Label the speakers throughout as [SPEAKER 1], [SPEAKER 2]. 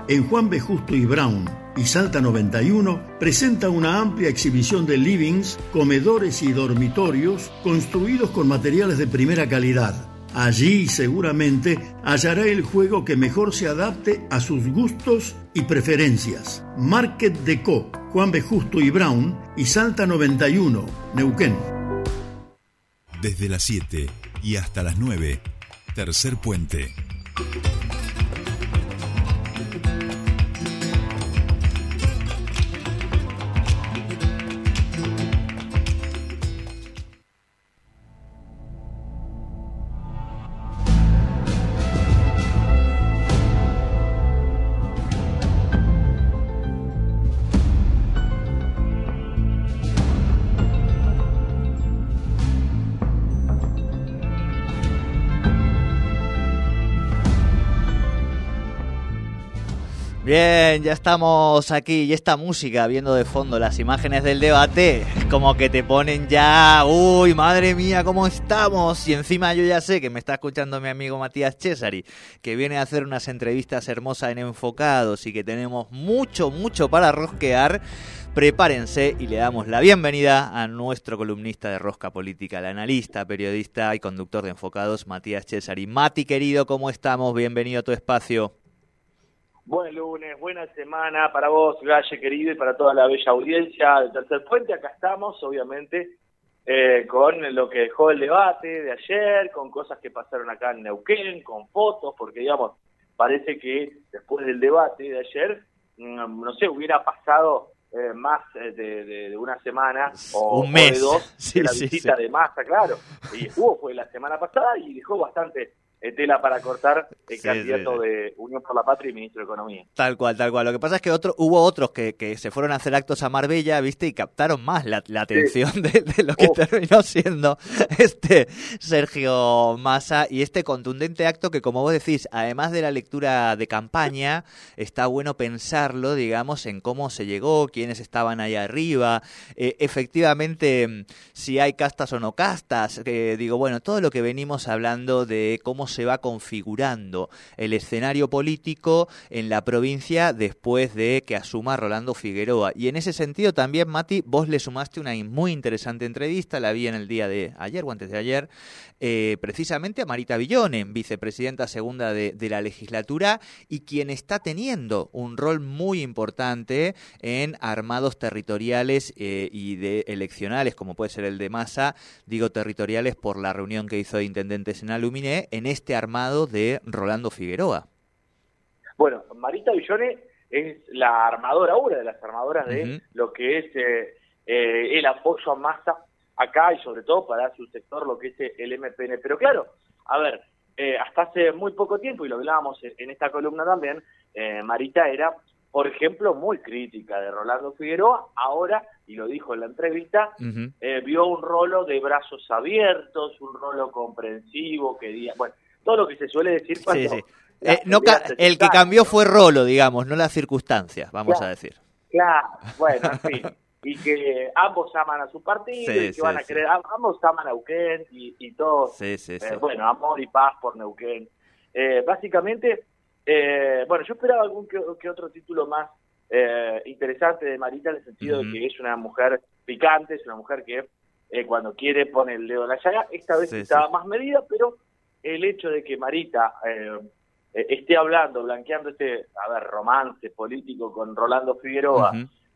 [SPEAKER 1] en Juan B. Justo y Brown y Salta 91, presenta una amplia exhibición de livings, comedores y dormitorios construidos con materiales de primera calidad. Allí seguramente hallará el juego que mejor se adapte a sus gustos y preferencias. Market Deco, Juan B. Justo y Brown y Salta 91, Neuquén.
[SPEAKER 2] Desde las 7 y hasta las 9, Tercer Puente.
[SPEAKER 3] Bien, ya estamos aquí y esta música, viendo de fondo las imágenes del debate, como que te ponen ya, uy, madre mía, ¿cómo estamos? Y encima yo ya sé que me está escuchando mi amigo Matías Cesari, que viene a hacer unas entrevistas hermosas en Enfocados y que tenemos mucho para rosquear. Prepárense y le damos la bienvenida a nuestro columnista de Rosca Política, el analista, periodista y conductor de Enfocados, Matías Cesari. Mati, querido, ¿cómo estamos? Bienvenido a tu espacio.
[SPEAKER 4] Buen lunes, buena semana para vos, Galle, querido, y para toda la bella audiencia del Tercer Puente. Acá estamos, obviamente, con lo que dejó el debate de ayer, con cosas que pasaron acá en Neuquén, con fotos, porque, digamos, parece que después del debate de ayer, no sé, hubiera pasado más de una semana o
[SPEAKER 3] un mes.
[SPEAKER 4] O de dos,
[SPEAKER 3] sí,
[SPEAKER 4] de la visita de Massa, claro. Y fue la semana pasada y dejó bastante tela para cortar el candidato de Unión por la Patria y ministro de Economía.
[SPEAKER 3] Tal cual. Lo que pasa es que hubo otros que se fueron a hacer actos a Marbella, ¿viste? Y captaron más la atención de lo que terminó siendo Sergio Massa y este contundente acto que, como vos decís, además de la lectura de campaña, está bueno pensarlo, digamos, en cómo se llegó, quiénes estaban ahí arriba, efectivamente, si hay castas o no castas, todo lo que venimos hablando de cómo se va configurando el escenario político en la provincia después de que asuma Rolando Figueroa. Y en ese sentido también, Mati, vos le sumaste una muy interesante entrevista, la vi en el día de ayer o antes de ayer, precisamente a Marita Villone, vicepresidenta segunda de la legislatura y quien está teniendo un rol muy importante en armados territoriales y de eleccionales, como puede ser el de Massa, digo territoriales por la reunión que hizo de intendentes en Aluminé, en este armado de Rolando Figueroa.
[SPEAKER 4] Bueno, Marita Villone es la armadora, una de las armadoras de lo que es el apoyo a Massa acá y sobre todo para su sector, lo que es el MPN. Pero claro, a ver, hasta hace muy poco tiempo, y lo hablábamos en esta columna también, Marita era, por ejemplo, muy crítica de Rolando Figueroa. Ahora, y lo dijo en la entrevista, vio un rolo de brazos abiertos, un rolo comprensivo, bueno, todo lo que se suele decir cuando...
[SPEAKER 3] Sí. El que cambió fue Rolo, digamos, no las circunstancias, vamos a decir.
[SPEAKER 4] Claro, bueno, en fin. Y que ambos aman a su partido, y que van a querer... Ambos aman a Neuquén y todo. Bueno, amor y paz por Neuquén. Básicamente, bueno, yo esperaba algún que otro título más interesante de Marita, en el sentido de que es una mujer picante, es una mujer que cuando quiere pone el dedo en la llaga. Esta vez estaba más medida, pero el hecho de que Marita esté hablando, blanqueando romance político con Rolando Figueroa,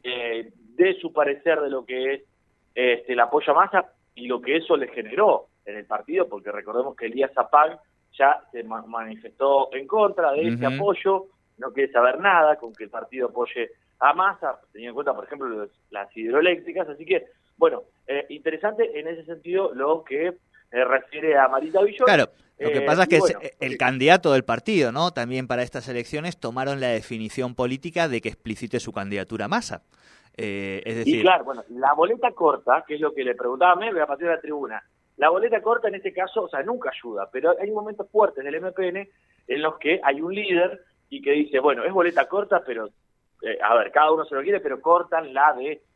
[SPEAKER 4] de su parecer de lo que es el apoyo a Massa y lo que eso le generó en el partido, porque recordemos que Elías Zapag ya se manifestó en contra de ese apoyo, no quiere saber nada con que el partido apoye a Massa, teniendo en cuenta, por ejemplo, las hidroeléctricas. Así que, bueno, interesante en ese sentido lo que refiere a Marita Villone.
[SPEAKER 3] Claro, lo que pasa es que el candidato del partido, ¿no? También para estas elecciones tomaron la definición política de que explicite su candidatura a Massa. Es decir...
[SPEAKER 4] Y claro, bueno, la boleta corta, que es lo que le preguntaba a Mel, a partir de la tribuna, la boleta corta en este caso, nunca ayuda, pero hay momentos fuertes del MPN en los que hay un líder y que dice, bueno, es boleta corta, pero, cada uno se lo quiere, pero cortan la de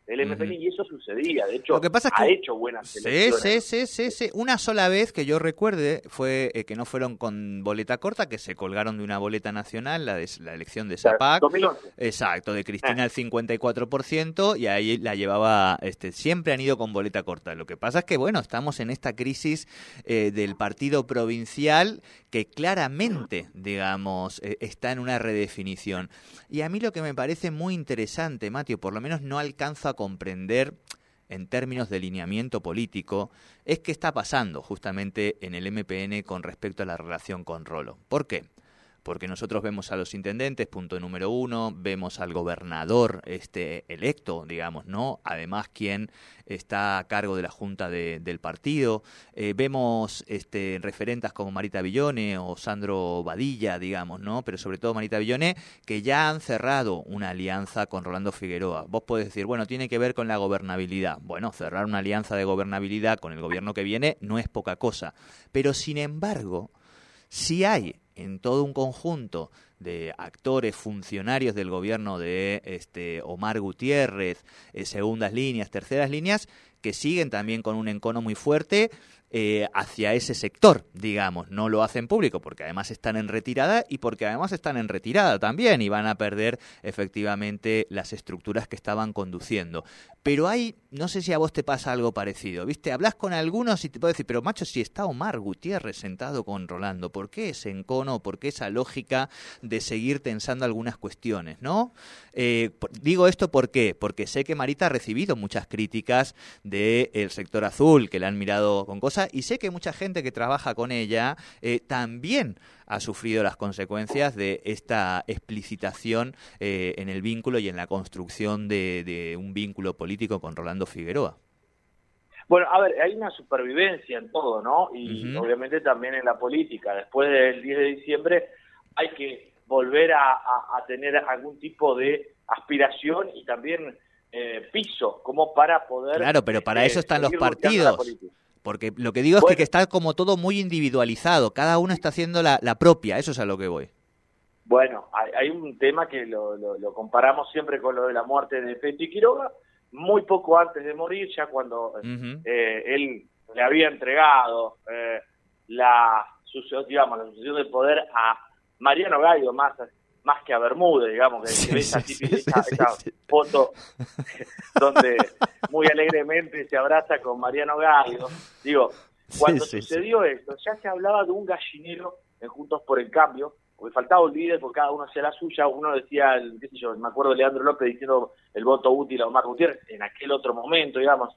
[SPEAKER 4] del MPN, y eso sucedía. De hecho,
[SPEAKER 3] lo que pasa es que
[SPEAKER 4] ha hecho buenas elecciones.
[SPEAKER 3] Sí. Una sola vez que yo recuerde fue que no fueron con boleta corta, que se colgaron de una boleta nacional, la elección de Zapac.
[SPEAKER 4] 2011.
[SPEAKER 3] Exacto, de Cristina el 54%, y ahí la llevaba, siempre han ido con boleta corta. Lo que pasa es que, bueno, estamos en esta crisis del partido provincial que claramente, digamos, está en una redefinición. Y a mí lo que me parece muy interesante, Mateo, por lo menos no alcanzo a comprender en términos de lineamiento político, es qué está pasando justamente en el MPN con respecto a la relación con Rolo. ¿Por qué? Porque nosotros vemos a los intendentes, punto número 1, vemos al gobernador electo, digamos, ¿no? Además, quien está a cargo de la junta del partido. Vemos referentas como Marita Villone o Sandro Badilla, digamos, ¿no? Pero sobre todo Marita Villone, que ya han cerrado una alianza con Rolando Figueroa. Vos podés decir, bueno, tiene que ver con la gobernabilidad. Bueno, cerrar una alianza de gobernabilidad con el gobierno que viene no es poca cosa. Pero, sin embargo, si hay en todo un conjunto de actores, funcionarios del gobierno de Omar Gutiérrez, segundas líneas, terceras líneas, que siguen también con un encono muy fuerte hacia ese sector, digamos. No lo hacen público porque además están en retirada y porque además están en retirada también y van a perder efectivamente las estructuras que estaban conduciendo. Pero no sé si a vos te pasa algo parecido, ¿viste? Hablas con algunos y te puedo decir, pero macho, si está Omar Gutiérrez sentado con Rolando, ¿por qué ese encono, por qué esa lógica de seguir tensando algunas cuestiones, ¿no? Digo esto ¿por qué? Porque sé que Marita ha recibido muchas críticas del sector azul, que la han mirado con cosas, y sé que mucha gente que trabaja con ella también ha sufrido las consecuencias de esta explicitación en el vínculo y en la construcción de un vínculo político con Rolando Figueroa.
[SPEAKER 4] Bueno, a ver, hay una supervivencia en todo, ¿no? Y obviamente también en la política. Después del 10 de diciembre hay que volver a tener algún tipo de aspiración y también piso, como para poder...
[SPEAKER 3] Claro, pero para eso están los partidos. Porque lo que digo es que está como todo muy individualizado, cada uno está haciendo la propia, eso es a lo que voy.
[SPEAKER 4] Bueno, hay un tema que lo comparamos siempre con lo de la muerte de Petty Quiroga, muy poco antes de morir, ya cuando él le había entregado la sucesión del poder a Mariano Gallo, más que a Bermúdez, digamos, que esa foto donde muy alegremente se abraza con Mariano Gallo. Digo, cuando sucedió esto, ya se hablaba de un gallinero en Juntos por el Cambio, porque faltaba un líder, porque cada uno hacía la suya. Uno decía, qué sé yo, me acuerdo de Leandro López diciendo el voto útil a Omar Gutiérrez, en aquel otro momento, digamos.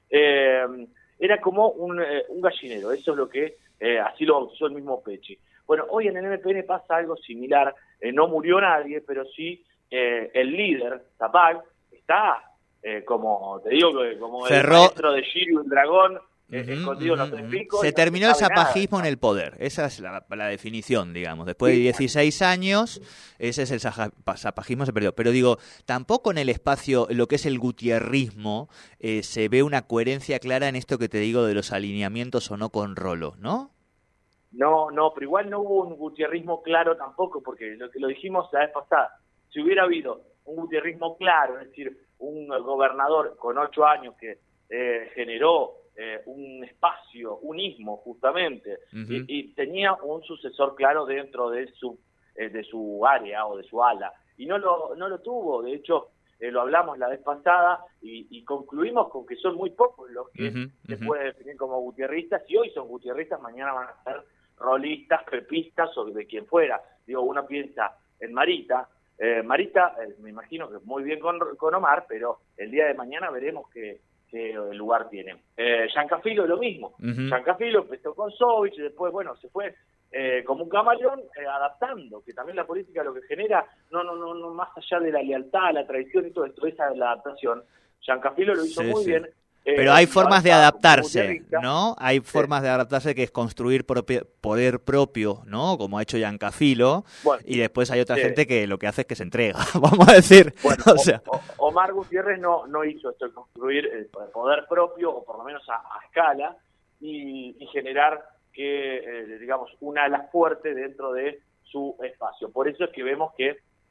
[SPEAKER 4] Era como un gallinero, eso es lo que así lo bautizó el mismo Pecci. Bueno, hoy en el MPN pasa algo similar, no murió nadie, pero sí el líder, Zapac, está, como te digo, como el maestro de Shiryu, el dragón, escondido en los tres picos.
[SPEAKER 3] Se terminó el zapajismo en el poder, esa es la definición, digamos. Después de 16 años, ese es el zapajismo, se perdió. Pero digo, tampoco en el espacio, lo que es el gutierrismo, se ve una coherencia clara en esto que te digo de los alineamientos o no con Rolo, ¿no?
[SPEAKER 4] No, pero igual no hubo un gutierrismo claro tampoco, porque lo dijimos la vez pasada, si hubiera habido un gutierrismo claro, es decir, un gobernador con 8 años que generó un espacio, un istmo justamente, y tenía un sucesor claro dentro de su área o de su ala, y no lo tuvo. De hecho, lo hablamos la vez pasada y concluimos con que son muy pocos los que se puede definir como gutierristas, y hoy son gutierristas, mañana van a ser rolistas, pepistas o de quien fuera. Digo, uno piensa en Marita, me imagino que muy bien con Omar, pero el día de mañana veremos qué lugar tiene. Giancafilo lo mismo. Giancafilo empezó con Sovich y después, bueno, se fue como un camaleón adaptando, que también la política lo que genera, no más allá de la lealtad, la tradición y todo esto, esa es la adaptación. Giancafilo lo hizo muy bien.
[SPEAKER 3] Pero hay formas de adaptarse, ¿no? Hay formas de adaptarse, que es construir poder propio, ¿no? Como ha hecho Giancafilo, y después hay otra gente que lo que hace es que se entrega, vamos a decir.
[SPEAKER 4] Bueno, Omar Gutiérrez no hizo esto de construir el poder propio, o por lo menos a escala, y generar digamos, una ala fuerte dentro de su espacio. Por eso es que vemos que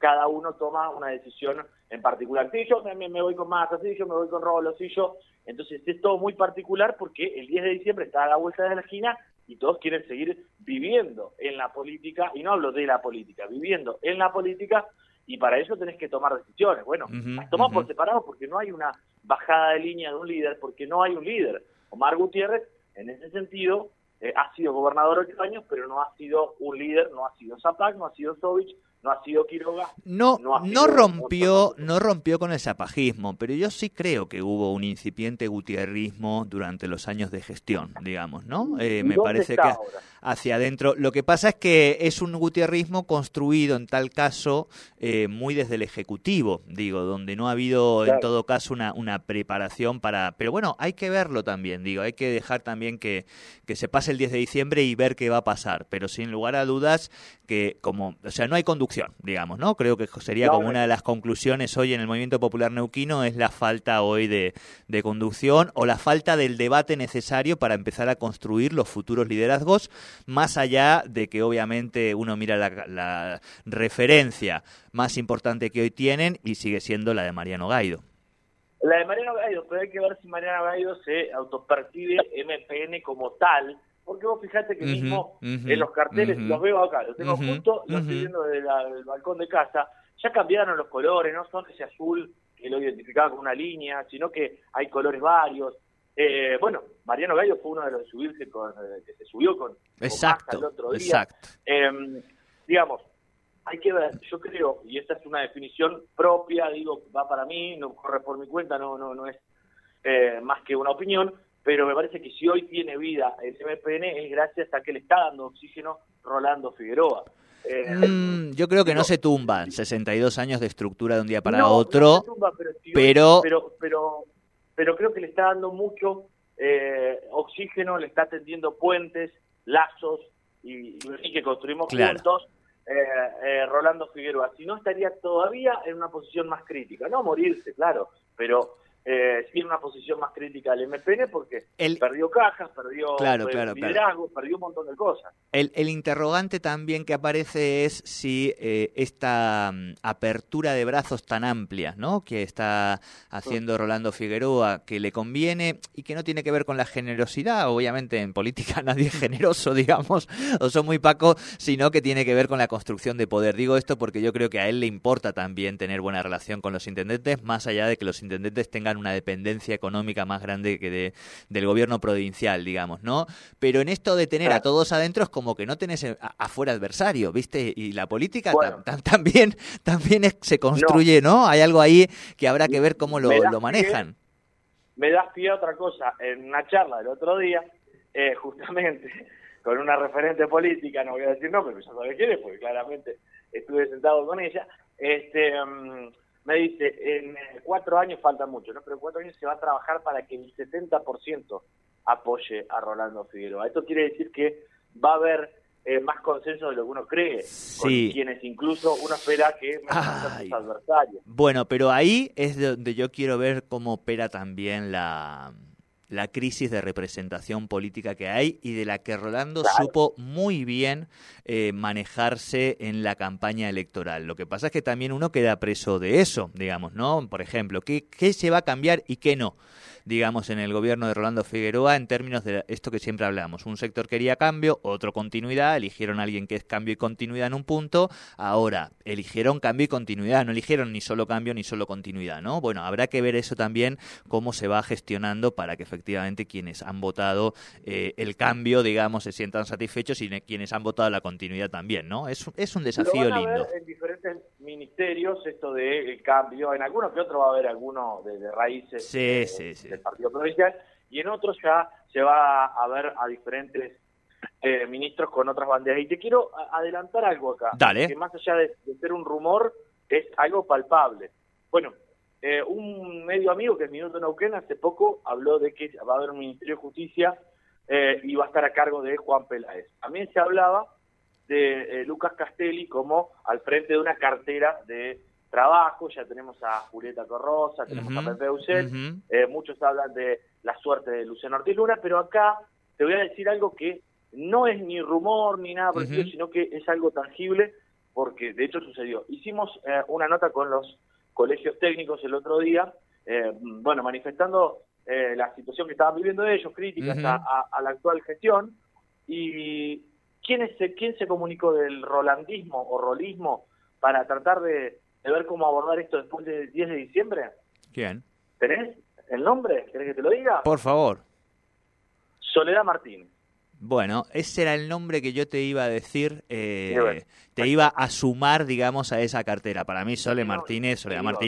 [SPEAKER 4] cada uno toma una decisión en particular. Sí, yo me voy con Massa, sí, yo me voy con Rolo, sí, yo. Entonces es todo muy particular porque el 10 de diciembre está a la vuelta de la esquina y todos quieren seguir viviendo en la política, y no hablo de la política, viviendo en la política, y para eso tenés que tomar decisiones. Bueno, las tomás por separado porque no hay una bajada de línea de un líder, porque no hay un líder. Omar Gutiérrez, en ese sentido, ha sido gobernador 8 años, pero no ha sido un líder, no ha sido Zapac, no ha sido Sovich, no ha sido Quiroga.
[SPEAKER 3] No rompió con el zapajismo, pero yo sí creo que hubo un incipiente gutierrismo durante los años de gestión, digamos, ¿no? Me parece que hacia adentro. Lo que pasa es que es un gutierrismo construido, en tal caso, muy desde el Ejecutivo, digo, donde no ha habido, en todo caso, una preparación para... Pero bueno, hay que verlo también, digo, hay que dejar también que se pase el 10 de diciembre y ver qué va a pasar, pero sin lugar a dudas que no hay conducción, digamos, ¿no? Creo que sería como una de las conclusiones hoy en el Movimiento Popular Neuquino, es la falta hoy de conducción o la falta del debate necesario para empezar a construir los futuros liderazgos, más allá de que obviamente uno mira la referencia más importante que hoy tienen y sigue siendo la de Mariano Gaido.
[SPEAKER 4] La de Mariano Gaido, pero hay que ver si Mariano Gaido se autopercibe MPN como tal, porque vos fijate que mismo en los carteles, los veo acá, los tengo justo, los estoy viendo desde el balcón de casa, ya cambiaron los colores, no son ese azul que lo identificaba con una línea, sino que hay colores varios. Bueno, Mariano Gaido fue uno de los de subirse que se subió con Massa el otro día. Digamos, hay que ver, yo creo, y esta es una definición propia, digo, va para mí, no corre por mi cuenta, no es más que una opinión, pero me parece que si hoy tiene vida el MPN es gracias a que le está dando oxígeno Rolando Figueroa.
[SPEAKER 3] Yo creo que no se tumban 62 años de estructura de un día para otro,
[SPEAKER 4] no se tumba, pero creo que le está dando mucho oxígeno, le está tendiendo puentes, lazos y que construimos juntos. Rolando Figueroa, si no estaría todavía en una posición más crítica, no morirse, claro, pero sí en una posición más crítica al MPN porque perdió cajas, perdió liderazgo, perdió un montón de cosas.
[SPEAKER 3] El interrogante también que aparece es si esta apertura de brazos tan amplia, ¿no?, que está haciendo Rolando Figueroa, que le conviene y que no tiene que ver con la generosidad, obviamente en política nadie es generoso, digamos, o son muy pacos, sino que tiene que ver con la construcción de poder. Digo esto porque yo creo que a él le importa también tener buena relación con los intendentes, más allá de que los intendentes tengan una dependencia económica más grande que del gobierno provincial, digamos, ¿no? Pero en esto de tener a todos adentro es como que no tenés afuera adversario, ¿viste? Y la política también se construye, ¿no? Hay algo ahí que habrá que ver cómo lo manejan.
[SPEAKER 4] Me das pie a otra cosa. En una charla del otro día, justamente con una referente política, no voy a decir no, pero ya sabes quién es, porque claramente estuve sentado con ella, me dice, en 4 años falta mucho, ¿no? Pero en 4 años se va a trabajar para que el 70% apoye a Rolando Figueroa. Esto quiere decir que va a haber más consenso de lo que uno cree, con quienes incluso uno espera que metan sus adversarios.
[SPEAKER 3] Bueno, pero ahí es donde yo quiero ver cómo opera también la crisis de representación política que hay y de la que Rolando supo muy bien manejarse en la campaña electoral. Lo que pasa es que también uno queda preso de eso, digamos, ¿no? Por ejemplo, ¿qué se va a cambiar y qué no? Digamos, en el gobierno de Rolando Figueroa, en términos de esto que siempre hablamos. Un sector quería cambio, otro continuidad, eligieron a alguien que es cambio y continuidad en un punto, ahora eligieron cambio y continuidad, no eligieron ni solo cambio ni solo continuidad, ¿no? Bueno, habrá que ver eso también, cómo se va gestionando para que efectivamente quienes han votado el cambio, digamos, se sientan satisfechos y quienes han votado la continuidad también, ¿no? Es un desafío lindo.
[SPEAKER 4] Lo van a ver en diferentes ministerios esto del cambio, en algunos que otros va a haber alguno de raíces del Partido Provincial, y en otros ya se va a ver a diferentes ministros con otras banderas. Y te quiero adelantar algo acá, que más allá de ser un rumor, es algo palpable. Bueno, un medio amigo que es Minuto Neuquén hace poco habló de que va a haber un Ministerio de Justicia y va a estar a cargo de Juan Peláez. También se hablaba de Lucas Castelli como al frente de una cartera de trabajo. Ya tenemos a Julieta Corrosa, tenemos a Pepe Ucet, muchos hablan de la suerte de Luciano Ortiz Luna, pero acá te voy a decir algo que no es ni rumor ni nada por el estilo, sino que es algo tangible. porque de hecho sucedió. Hicimos una nota con los colegios técnicos el otro día, manifestando la situación que estaban viviendo ellos, críticas a la actual gestión, y ¿quién se comunicó del rolandismo o rolismo para tratar de ver cómo abordar esto después del 10 de diciembre?
[SPEAKER 3] ¿Quién?
[SPEAKER 4] ¿Tenés el nombre? ¿Querés que te lo diga?
[SPEAKER 3] Por favor.
[SPEAKER 4] Soledad Martínez.
[SPEAKER 3] Bueno, ese era el nombre que yo te iba a decir,
[SPEAKER 4] te
[SPEAKER 3] iba a sumar, digamos, a esa cartera. Para mí, Soledad Martínez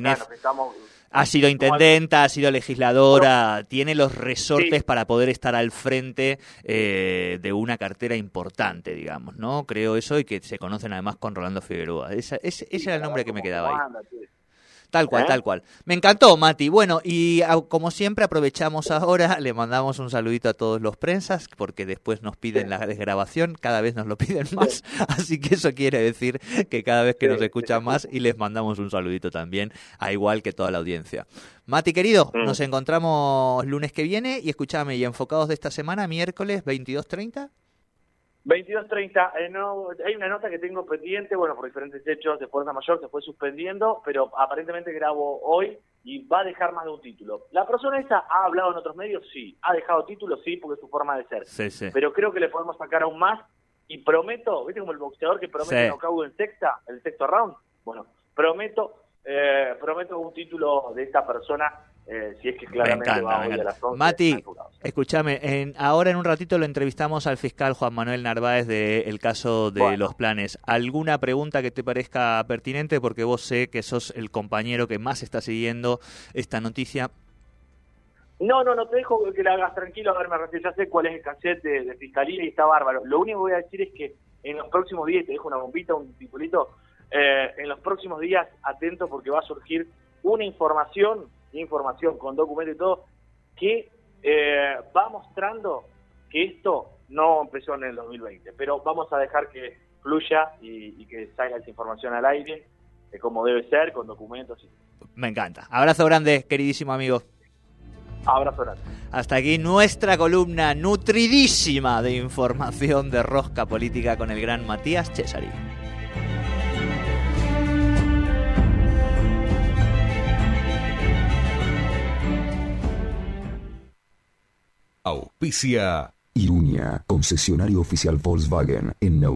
[SPEAKER 3] ha sido intendenta, ha sido legisladora, tiene los resortes para poder estar al frente de una cartera importante, digamos, ¿no? Creo eso, y que se conocen además con Rolando Figueroa. Ese era el nombre que me quedaba ahí. Tal cual, tal cual. Me encantó, Mati. Bueno, y como siempre aprovechamos ahora, le mandamos un saludito a todos los prensas, porque después nos piden la desgrabación, cada vez nos lo piden más, así que eso quiere decir que cada vez que nos escuchan más, y les mandamos un saludito también, a igual que toda la audiencia. Mati, querido, nos encontramos lunes que viene, y escúchame, y enfocados de esta semana, miércoles 22:30.
[SPEAKER 4] 22:30, hay una nota que tengo pendiente, por diferentes hechos de fuerza mayor se fue suspendiendo, pero aparentemente grabo hoy y va a dejar más de un título. ¿La persona esa ha hablado en otros medios? Sí. ¿Ha dejado títulos? Sí, porque es su forma de ser.
[SPEAKER 3] Sí.
[SPEAKER 4] Pero creo que le podemos sacar aún más, y prometo, ¿viste como el boxeador que promete knockout en el sexto round? Bueno, prometo un título de esta persona, si es que claramente va hoy a las 11.
[SPEAKER 3] Mati, escúchame, ahora en un ratito lo entrevistamos al fiscal Juan Manuel Narváez del caso de los planes. ¿Alguna pregunta que te parezca pertinente? Porque vos sé que sos el compañero que más está siguiendo esta noticia.
[SPEAKER 4] No, te dejo que la hagas tranquilo. A ver, ya sé cuál es el cassette de fiscalía y está bárbaro. Lo único que voy a decir es que en los próximos días, te dejo una bombita, un titulito, en los próximos días, atento, porque va a surgir una información con documento y todo, que va mostrando que esto no empezó en el 2020, pero vamos a dejar que fluya y que salga esa información al aire, como debe ser, con documentos.
[SPEAKER 3] Me encanta. Abrazo grande, queridísimo amigo.
[SPEAKER 4] Abrazo grande.
[SPEAKER 3] Hasta aquí nuestra columna nutridísima de información de rosca política con el gran Matías Cesari.
[SPEAKER 2] Auspicia
[SPEAKER 5] Iruña, concesionario oficial Volkswagen en